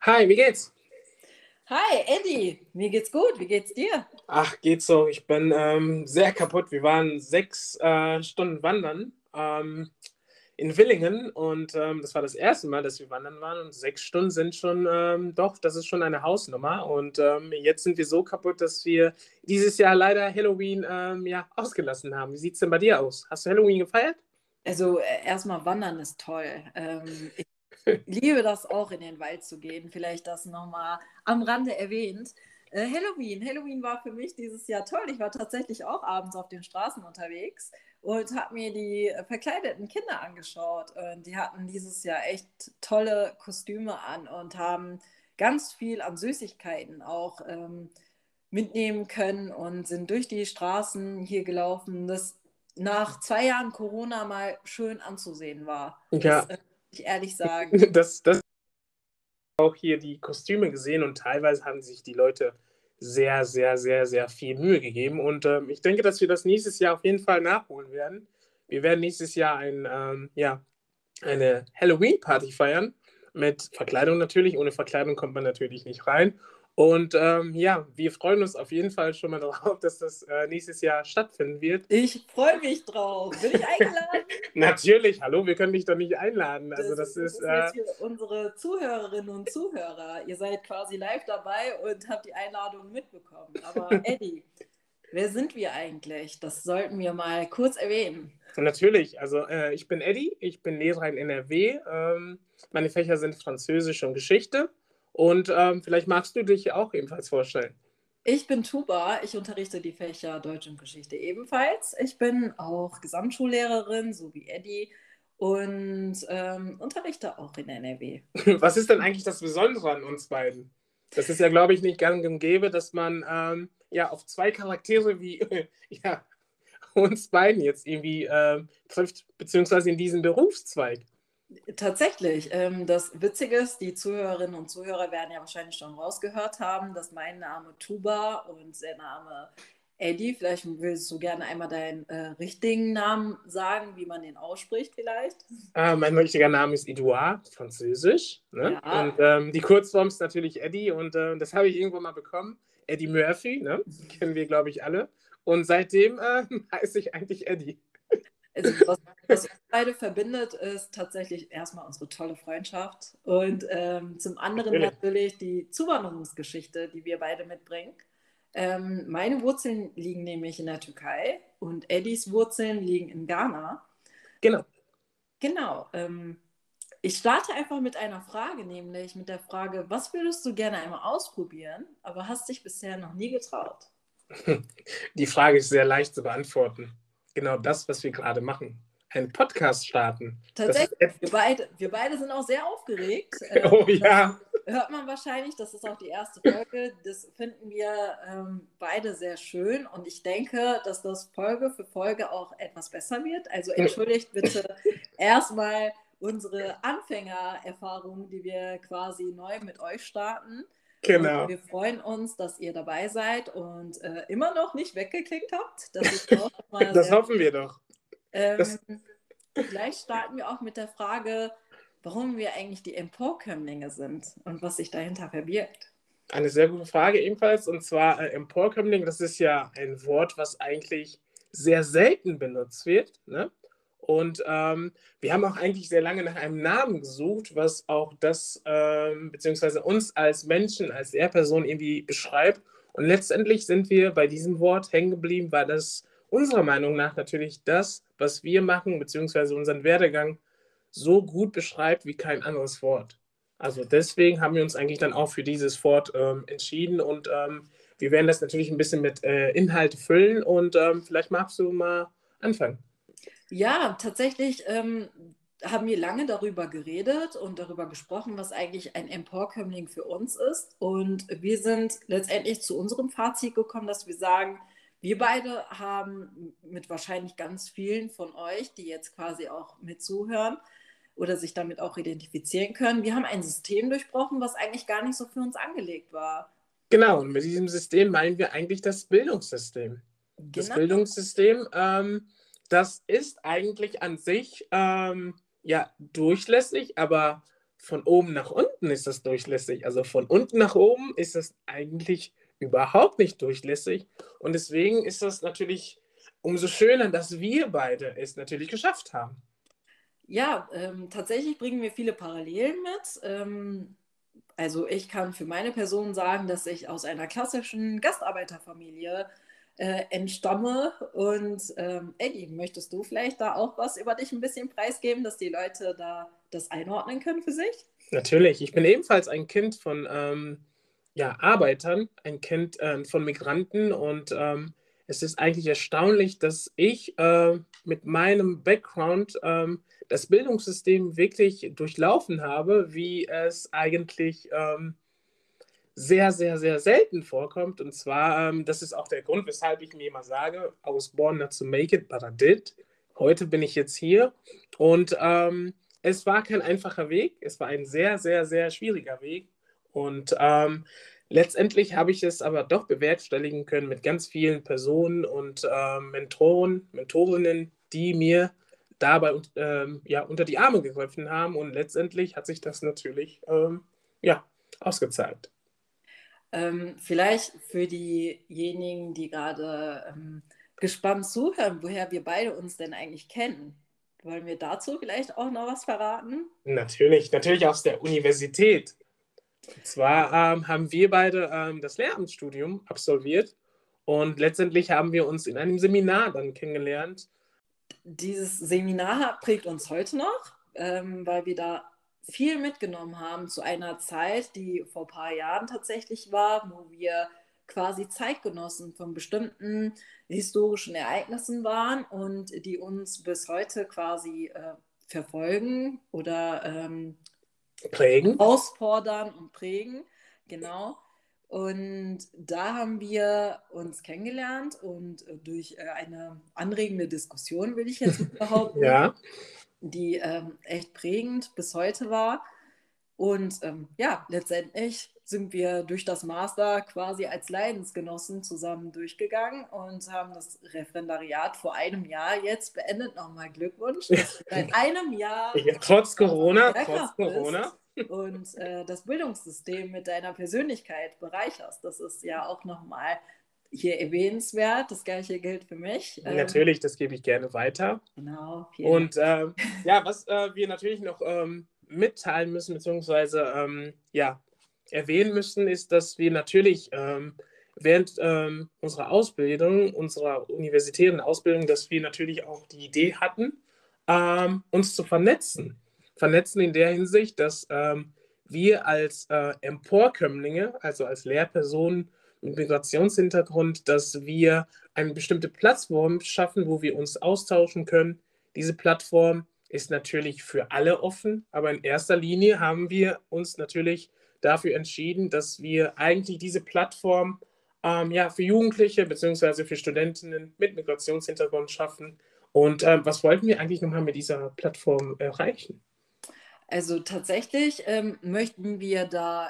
Hi, wie geht's? Hi, Eddie, mir geht's gut, wie geht's dir? Ach, geht so. Ich bin sehr kaputt. Wir waren 6 Stunden wandern in Willingen und das war das erste Mal, dass wir wandern waren. Und 6 Stunden sind schon, doch, das ist schon eine Hausnummer. Und jetzt sind wir so kaputt, dass wir dieses Jahr leider Halloween ja, ausgelassen haben. Wie sieht's denn bei dir aus? Hast du Halloween gefeiert? Also erstmal Wandern ist toll. Ich liebe das auch, in den Wald zu gehen. Vielleicht das nochmal am Rande erwähnt. Halloween war für mich dieses Jahr toll. Ich war tatsächlich auch abends auf den Straßen unterwegs und habe mir die verkleideten Kinder angeschaut. Und die hatten dieses Jahr echt tolle Kostüme an und haben ganz viel an Süßigkeiten auch mitnehmen können und sind durch die Straßen hier gelaufen. Das nach 2 Jahren Corona mal schön anzusehen war. Das Ja, muss ich ehrlich sagen. das auch hier die Kostüme gesehen und teilweise haben sich die Leute sehr, sehr, sehr, sehr viel Mühe gegeben. Und ich denke, dass wir das nächstes Jahr auf jeden Fall nachholen werden. Wir werden nächstes Jahr ja, eine Halloween-Party feiern. Mit Verkleidung natürlich. Ohne Verkleidung kommt man natürlich nicht rein. Und ja, wir freuen uns auf jeden Fall schon mal darauf, dass das nächstes Jahr stattfinden wird. Ich freue mich drauf. Bin ich eingeladen? Natürlich, hallo, wir können dich doch nicht einladen. Also Das das ist, ist jetzt hier unsere Zuhörerinnen und Zuhörer. Ihr seid quasi live dabei und habt die Einladung mitbekommen. Aber Eddie, wer sind wir eigentlich? Das sollten wir mal kurz erwähnen. Natürlich, also ich bin Eddie, ich bin Lehrer in NRW. Meine Fächer sind Französisch und Geschichte. Und vielleicht magst du dich auch ebenfalls vorstellen. Ich bin Tuba, ich unterrichte die Fächer Deutsch und Geschichte ebenfalls. Ich bin auch Gesamtschullehrerin, so wie Eddie, und unterrichte auch in NRW. Was ist denn eigentlich das Besondere an uns beiden? Das ist ja, glaube ich, nicht gang und gäbe, dass man ja auf zwei Charaktere wie ja, uns beiden jetzt irgendwie trifft, beziehungsweise in diesem Berufszweig. Tatsächlich, das Witzige ist, die Zuhörerinnen und Zuhörer werden ja wahrscheinlich schon rausgehört haben, dass mein Name Tuba und der Name Eddie, vielleicht willst du gerne einmal deinen richtigen Namen sagen, wie man den ausspricht vielleicht. Mein richtiger Name ist Edouard, Französisch. Ne? Und Ja, die Kurzform ist natürlich Eddie und das habe ich irgendwo mal bekommen. Eddie Murphy, ne? Kennen wir, glaube ich, alle. Und seitdem heiße ich eigentlich Eddie. also was uns beide verbindet, ist tatsächlich erstmal unsere tolle Freundschaft und zum anderen Natürlich. natürlich die Zuwanderungsgeschichte, die wir beide mitbringen. Meine Wurzeln liegen nämlich in der Türkei und Eddies Wurzeln liegen in Ghana. Genau. Genau. Ich starte einfach mit einer Frage, nämlich mit der Frage, was würdest du gerne einmal ausprobieren, aber hast dich bisher noch nie getraut? Die Frage ist sehr leicht zu beantworten. Genau das, was wir gerade machen. Einen Podcast starten. Das ist Tatsächlich, wir beide sind auch sehr aufgeregt. oh Das ja, hört man wahrscheinlich, das ist auch die erste Folge. Das finden wir beide sehr schön und ich denke, dass das Folge für Folge auch etwas besser wird. Also entschuldigt bitte erstmal unsere Anfängererfahrungen, die wir quasi neu mit euch starten. Und genau. wir freuen uns, dass ihr dabei seid und immer noch nicht weggeklickt habt. Das ist auch mal Das sehr. hoffen wir doch. Ähm, Das, Vielleicht starten wir auch mit der Frage, warum wir eigentlich die Emporkömmlinge sind und was sich dahinter verbirgt. Eine sehr gute Frage ebenfalls. Und zwar Emporkömmling, das ist ja ein Wort, was eigentlich sehr selten benutzt wird. Ne? Und wir haben auch eigentlich sehr lange nach einem Namen gesucht, was auch das, beziehungsweise uns als Menschen, als Lehrperson irgendwie beschreibt. Und letztendlich sind wir bei diesem Wort hängen geblieben, weil das unserer Meinung nach natürlich das, was wir machen, beziehungsweise unseren Werdegang so gut beschreibt wie kein anderes Wort. Also deswegen haben wir uns eigentlich dann auch für dieses Wort entschieden und wir werden das natürlich ein bisschen mit Inhalt füllen und vielleicht magst du mal anfangen. Ja, tatsächlich haben wir lange darüber geredet und darüber gesprochen, was eigentlich ein Emporkömmling für uns ist. Und wir sind letztendlich zu unserem Fazit gekommen, dass wir sagen, wir beide haben mit wahrscheinlich ganz vielen von euch, die jetzt quasi auch mit zuhören oder sich damit auch identifizieren können, wir haben ein System durchbrochen, was eigentlich gar nicht so für uns angelegt war. Genau, und mit diesem System meinen wir eigentlich das Bildungssystem. Das Genau. Bildungssystem, das ist eigentlich an sich ja durchlässig, aber von oben nach unten ist das durchlässig. Also von unten nach oben ist das eigentlich überhaupt nicht durchlässig. Und deswegen ist das natürlich umso schöner, dass wir beide es natürlich geschafft haben. Ja, tatsächlich bringen wir viele Parallelen mit. Also ich kann für meine Person sagen, dass ich aus einer klassischen Gastarbeiterfamilie entstamme. Und Eggy, möchtest du vielleicht da auch was über dich ein bisschen preisgeben, dass die Leute da das einordnen können für sich? Natürlich, ich bin ebenfalls ein Kind von ja, Arbeitern, ein Kind von Migranten und es ist eigentlich erstaunlich, dass ich mit meinem Background das Bildungssystem wirklich durchlaufen habe, wie es eigentlich sehr, sehr, sehr selten vorkommt. Und zwar, das ist auch der Grund, weshalb ich mir immer sage, I was born not to make it, but I did. Heute bin ich jetzt hier und es war kein einfacher Weg. Es war ein sehr, sehr, sehr schwieriger Weg. Und letztendlich habe ich es aber doch bewerkstelligen können mit ganz vielen Personen und Mentoren, Mentorinnen, die mir dabei ja, unter die Arme gegriffen haben. Und letztendlich hat sich das natürlich ja, ausgezahlt. Vielleicht für diejenigen, die gerade gespannt zuhören, woher wir beide uns denn eigentlich kennen. Wollen wir dazu vielleicht auch noch was verraten? Natürlich, natürlich aus der Universität. Und zwar haben wir beide das Lehramtsstudium absolviert und letztendlich haben wir uns in einem Seminar dann kennengelernt. Dieses Seminar prägt uns heute noch, weil wir da viel mitgenommen haben zu einer Zeit, die vor ein paar Jahren tatsächlich war, wo wir quasi Zeitgenossen von bestimmten historischen Ereignissen waren und die uns bis heute quasi verfolgen oder Prägen. herausfordern und prägen. Genau. Und da haben wir uns kennengelernt und durch eine anregende Diskussion, will ich jetzt behaupten, Ja, die echt prägend bis heute war. Und ja, letztendlich sind wir durch das Master quasi als Leidensgenossen zusammen durchgegangen und haben das Referendariat vor einem Jahr jetzt beendet. Nochmal Glückwunsch, dass du seit einem Jahr ja, trotz quasi Corona, trotz Lehrkraft Corona. bist und das Bildungssystem mit deiner Persönlichkeit bereicherst. Das ist ja auch nochmal hier erwähnenswert. Das Gleiche gilt für mich. Natürlich, das gebe ich gerne weiter. Genau, vielen Dank. Und ja, was wir natürlich noch mitteilen müssen, beziehungsweise ja, erwähnen müssen, ist, dass wir natürlich während unserer Ausbildung, unserer universitären Ausbildung, dass wir natürlich auch die Idee hatten, uns zu vernetzen. Vernetzen in der Hinsicht, dass wir als Emporkömmlinge, also als Lehrpersonen mit Migrationshintergrund, dass wir eine bestimmte Plattform schaffen, wo wir uns austauschen können. Diese Plattform ist natürlich für alle offen, aber in erster Linie haben wir uns natürlich dafür entschieden, dass wir eigentlich diese Plattform ja, für Jugendliche bzw. für Studentinnen mit Migrationshintergrund schaffen. Und was wollten wir eigentlich nochmal mit dieser Plattform erreichen? Also tatsächlich möchten wir da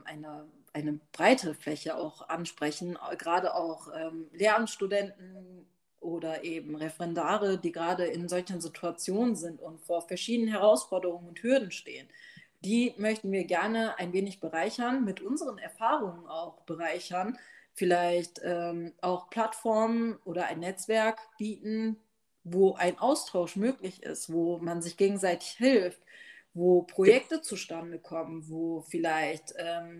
eine breite Fläche auch ansprechen, gerade auch Lehramtsstudenten oder eben Referendare, die gerade in solchen Situationen sind und vor verschiedenen Herausforderungen und Hürden stehen. Die möchten wir gerne ein wenig bereichern, mit unseren Erfahrungen auch bereichern, vielleicht auch Plattformen oder ein Netzwerk bieten, wo ein Austausch möglich ist, wo man sich gegenseitig hilft, wo Projekte zustande kommen, wo vielleicht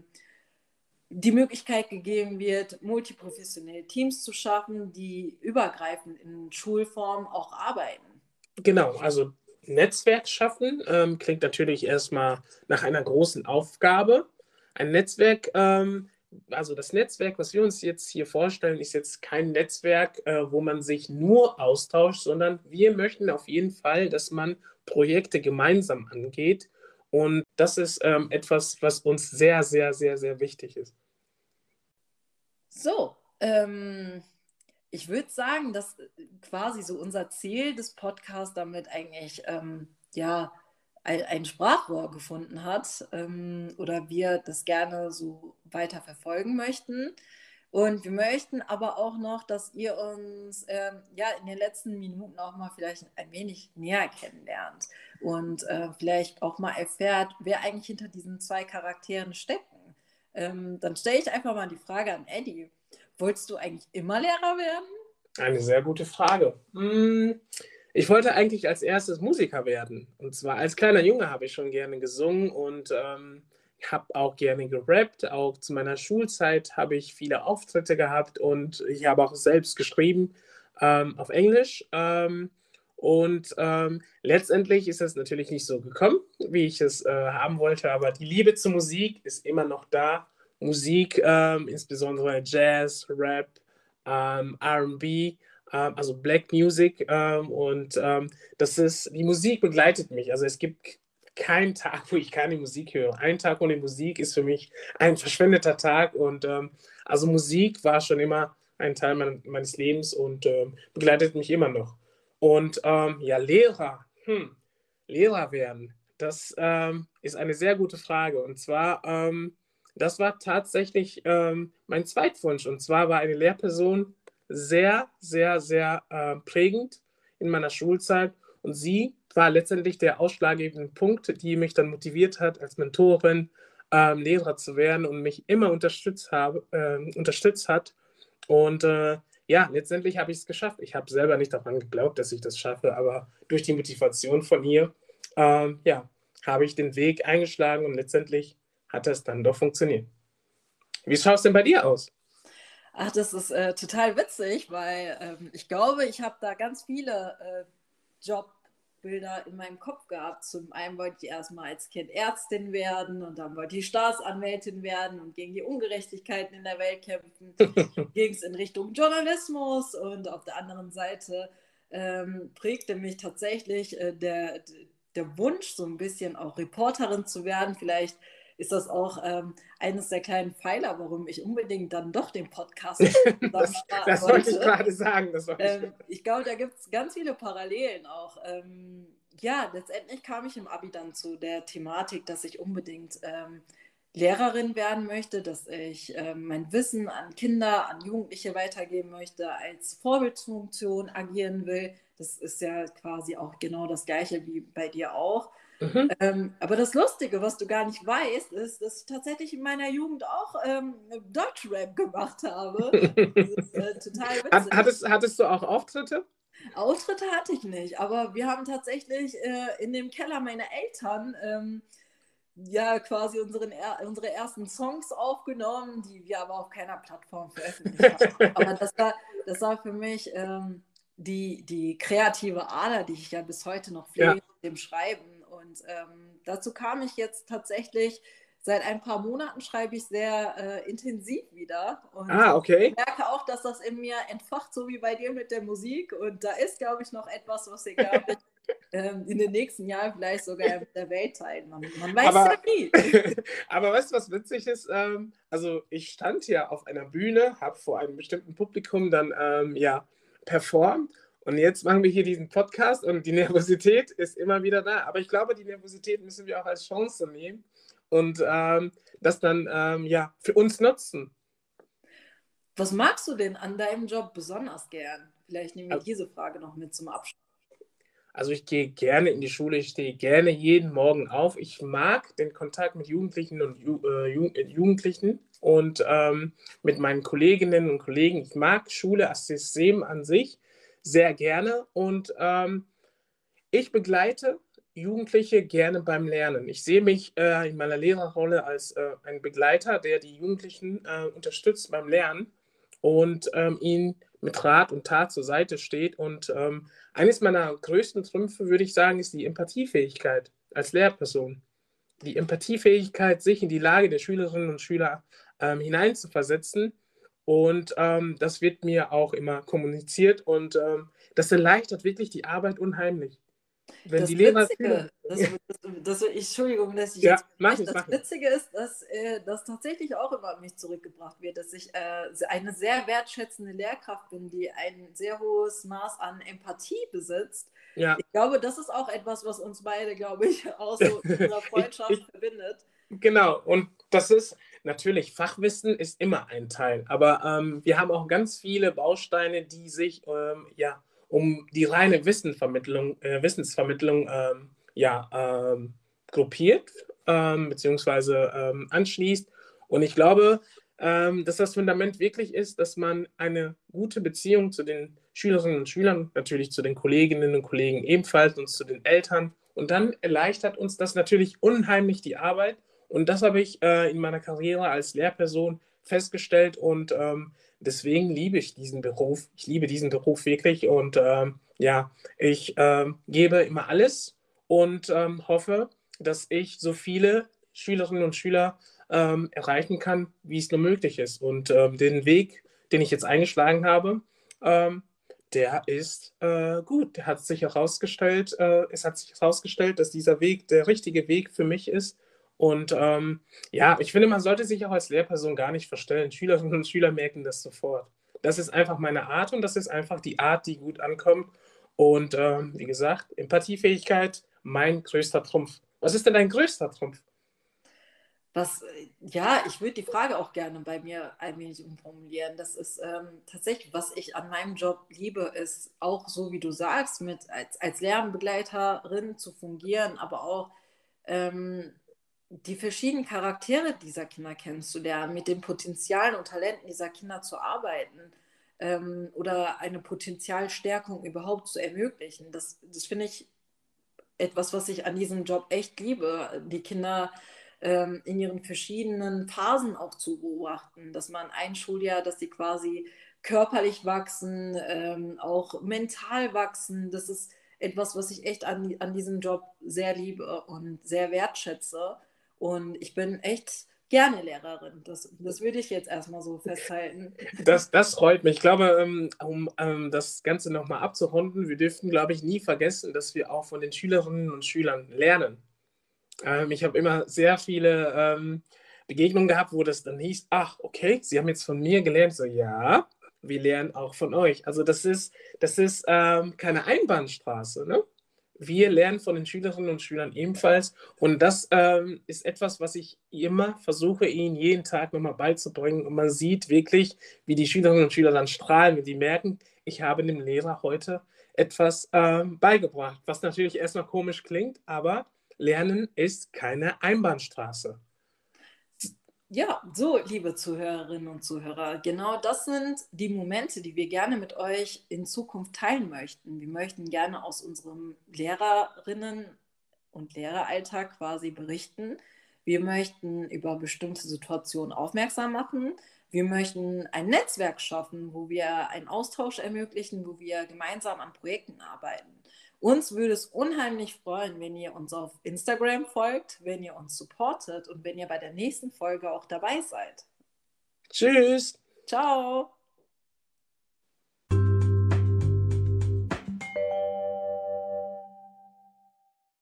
die Möglichkeit gegeben wird, multiprofessionelle Teams zu schaffen, die übergreifend in Schulformen auch arbeiten. Genau, also Netzwerk schaffen klingt natürlich erstmal nach einer großen Aufgabe. Ein Netzwerk, also das Netzwerk, was wir uns jetzt hier vorstellen, ist jetzt kein Netzwerk, wo man sich nur austauscht, sondern wir möchten auf jeden Fall, dass man Projekte gemeinsam angeht. Und das ist etwas, was uns sehr, sehr, sehr, sehr wichtig ist. So, ich würde sagen, dass quasi so unser Ziel des Podcasts damit eigentlich ja ein Sprachrohr gefunden hat oder wir das gerne so weiter verfolgen möchten. Und wir möchten aber auch noch, dass ihr uns ja in den letzten Minuten auch mal vielleicht ein wenig näher kennenlernt und vielleicht auch mal erfährt, wer eigentlich hinter diesen zwei Charakteren stecken. Dann stelle ich einfach mal die Frage an Eddie. Wolltest du eigentlich immer Lehrer werden? Eine sehr gute Frage. Ich wollte eigentlich als erstes Musiker werden. Und zwar als kleiner Junge habe ich schon gerne gesungen und habe auch gerne gerappt. Auch zu meiner Schulzeit habe ich viele Auftritte gehabt und ich habe auch selbst geschrieben auf Englisch. Letztendlich ist es natürlich nicht so gekommen, wie ich es haben wollte, aber die Liebe zur Musik ist immer noch da. Musik, insbesondere Jazz, Rap, R&B, also Black Music das ist, die Musik begleitet mich. Also es gibt keinen Tag, wo ich keine Musik höre. Ein Tag ohne Musik ist für mich ein verschwendeter Tag und also Musik war schon immer ein Teil meines Lebens und begleitet mich immer noch. Und ja, Lehrer werden, das ist eine sehr gute Frage. Und zwar, das war tatsächlich mein Zweitwunsch. Und zwar war eine Lehrperson sehr, sehr, sehr prägend in meiner Schulzeit. Und sie war letztendlich der ausschlaggebende Punkt, die mich dann motiviert hat, als Mentorin Lehrer zu werden und mich immer unterstützt hat. Und ja, letztendlich habe ich es geschafft. Ich habe selber nicht daran geglaubt, dass ich das schaffe, aber durch die Motivation von ihr, ja, habe ich den Weg eingeschlagen und letztendlich hat das dann doch funktioniert. Wie schaut es denn bei dir aus? Ach, das ist total witzig, weil ich glaube, ich habe da ganz viele Jobbilder in meinem Kopf gehabt. Zum einen wollte ich erstmal als Kind Ärztin werden und dann wollte ich Staatsanwältin werden und gegen die Ungerechtigkeiten in der Welt kämpfen. Ging es in Richtung Journalismus und auf der anderen Seite prägte mich tatsächlich der Wunsch, so ein bisschen auch Reporterin zu werden. Vielleicht ist das auch eines der kleinen Pfeiler, warum ich unbedingt dann doch den Podcast das wollte ich gerade sagen. Ich glaube, da gibt es ganz viele Parallelen auch. Ja, letztendlich kam ich im Abi dann zu der Thematik, dass ich unbedingt Lehrerin werden möchte, dass ich mein Wissen an Kinder, an Jugendliche weitergeben möchte, als Vorbildfunktion agieren will. Das ist ja quasi auch genau das Gleiche wie bei dir auch. Aber das Lustige, was du gar nicht weißt, ist, dass ich tatsächlich in meiner Jugend auch Deutschrap gemacht habe. Das ist total witzig. Hattest du auch Auftritte? Auftritte hatte ich nicht, aber wir haben tatsächlich in dem Keller meiner Eltern ja quasi unsere ersten Songs aufgenommen, die wir aber auf keiner Plattform veröffentlicht haben. Aber das war für mich die kreative Ader, die ich ja bis heute noch pflege, mit dem Schreiben. Und dazu kam ich jetzt tatsächlich, seit ein paar Monaten schreibe ich sehr intensiv wieder. Und okay. ich merke auch, dass das in mir entfacht, so wie bei dir mit der Musik. Und da ist, glaube ich, noch etwas, was ich, glaube ich, in den nächsten Jahren vielleicht sogar mit der Welt teilen. Man weiß ja nie. Aber weißt du, was witzig ist? Also ich stand ja auf einer Bühne, habe vor einem bestimmten Publikum dann performt und jetzt machen wir hier diesen Podcast und die Nervosität ist immer wieder da. Aber ich glaube, die Nervosität müssen wir auch als Chance nehmen und das dann für uns nutzen. Was magst du denn an deinem Job besonders gern? Vielleicht nehmen wir diese Frage noch mit zum Abschluss. Also ich gehe gerne in die Schule, ich stehe gerne jeden Morgen auf. Ich mag den Kontakt mit Jugendlichen und Jugendlichen und mit meinen Kolleginnen und Kollegen. Ich mag Schule als System an sich sehr gerne und ich begleite Jugendliche gerne beim Lernen. Ich sehe mich in meiner Lehrerrolle als ein Begleiter, der die Jugendlichen unterstützt beim Lernen und ihnen mit Rat und Tat zur Seite steht. Und eines meiner größten Trümpfe, würde ich sagen, ist die Empathiefähigkeit als Lehrperson. Die Empathiefähigkeit, sich in die Lage der Schülerinnen und Schüler hineinzuversetzen. Und das wird mir auch immer kommuniziert und das erleichtert wirklich die Arbeit unheimlich. Wenn das die Lehrer Witzige, Entschuldigung, dass ich das Witzige ist, dass das tatsächlich auch immer an mich zurückgebracht wird, dass ich eine sehr wertschätzende Lehrkraft bin, die ein sehr hohes Maß an Empathie besitzt. Ja. Ich glaube, das ist auch etwas, was uns beide, glaube ich, auch so in unserer Freundschaft verbindet. Genau, und das ist natürlich, Fachwissen ist immer ein Teil, aber wir haben auch ganz viele Bausteine, die sich ja, um die reine Wissensvermittlung ja, gruppiert beziehungsweise anschließt. Und ich glaube, dass das Fundament wirklich ist, dass man eine gute Beziehung zu den Schülerinnen und Schülern, natürlich zu den Kolleginnen und Kollegen ebenfalls und zu den Eltern. Und dann erleichtert uns das natürlich unheimlich die Arbeit. Und das habe ich in meiner Karriere als Lehrperson festgestellt und deswegen liebe ich diesen Beruf. Ich liebe diesen Beruf wirklich und ja, ich gebe immer alles und hoffe, dass ich so viele Schülerinnen und Schüler erreichen kann, wie es nur möglich ist. Und den Weg, den ich jetzt eingeschlagen habe, der ist gut. Der hat sich herausgestellt, es hat sich herausgestellt, dass dieser Weg der richtige Weg für mich ist. Und ja, ich finde, man sollte sich auch als Lehrperson gar nicht verstellen. Schülerinnen und Schüler merken das sofort. Das ist einfach meine Art und das ist einfach die Art, die gut ankommt. Und wie gesagt, Empathiefähigkeit, mein größter Trumpf. Was ist denn dein größter Trumpf? Ja, ich würde die Frage auch gerne bei mir ein wenig umformulieren. Das ist tatsächlich, was ich an meinem Job liebe, ist auch so, wie du sagst, als Lernbegleiterin zu fungieren, aber auch die verschiedenen Charaktere dieser Kinder kennenzulernen, mit den Potenzialen und Talenten dieser Kinder zu arbeiten oder eine Potenzialstärkung überhaupt zu ermöglichen. Das finde ich etwas, was ich an diesem Job echt liebe, die Kinder in ihren verschiedenen Phasen auch zu beobachten, dass man ein Schuljahr, dass sie quasi körperlich wachsen, auch mental wachsen. Das ist etwas, was ich echt an diesem Job sehr liebe und sehr wertschätze. Und ich bin echt gerne Lehrerin. Das würde ich jetzt erstmal so festhalten. Das freut mich. Ich glaube, um das Ganze nochmal abzurunden, wir dürften, glaube ich, nie vergessen, dass wir auch von den Schülerinnen und Schülern lernen. Ich habe immer sehr viele Begegnungen gehabt, wo das dann hieß, ach, okay, Sie haben jetzt von mir gelernt. So, ja, wir lernen auch von euch. Also das ist keine Einbahnstraße, ne? Wir lernen von den Schülerinnen und Schülern ebenfalls. Und das ist etwas, was ich immer versuche, ihnen jeden Tag nochmal beizubringen. Und man sieht wirklich, wie die Schülerinnen und Schüler dann strahlen, wenn die merken, ich habe dem Lehrer heute etwas beigebracht. Was natürlich erstmal komisch klingt, aber Lernen ist keine Einbahnstraße. Ja, so, liebe Zuhörerinnen und Zuhörer, genau das sind die Momente, die wir gerne mit euch in Zukunft teilen möchten. Wir möchten gerne aus unserem Lehrerinnen- und Lehreralltag quasi berichten. Wir möchten über bestimmte Situationen aufmerksam machen. Wir möchten ein Netzwerk schaffen, wo wir einen Austausch ermöglichen, wo wir gemeinsam an Projekten arbeiten. Uns würde es unheimlich freuen, wenn ihr uns auf Instagram folgt, wenn ihr uns supportet und wenn ihr bei der nächsten Folge auch dabei seid. Tschüss! Ciao!